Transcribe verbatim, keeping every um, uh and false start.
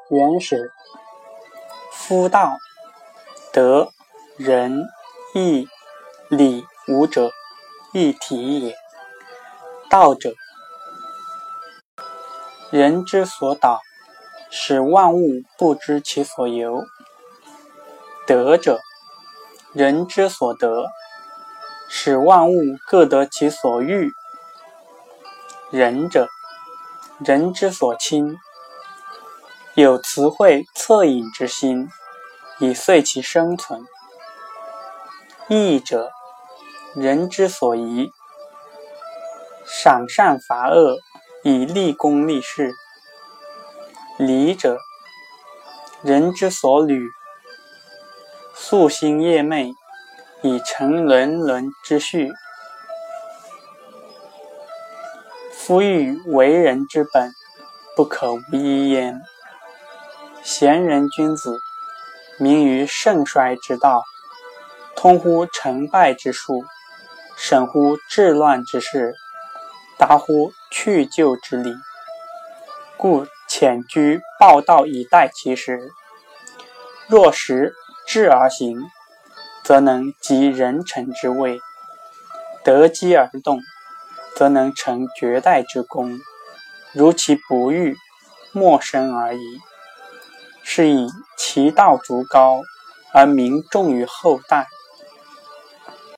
原始。夫道，德、仁、义、礼五者，一体也。道者，人之所导，使万物不知其所由。德者，人之所得，使万物各得其所欲。仁者，人之所亲，有慈惠恻隐之心，以遂其生存。义者，人之所宜，赏善罚恶，以立功立事。礼者，人之所履，夙兴夜寐，以成伦伦之序。夫欲为人之本，不可无一焉。贤人君子，明于盛衰之道，通乎成败之术，审乎治乱之事，达乎去就之理，故潜居报道以待其时。若时智而行，则能及人臣之位；得机而动，则能成绝代之功。如其不遇，莫生而已。是以其道足高，而民重于后代。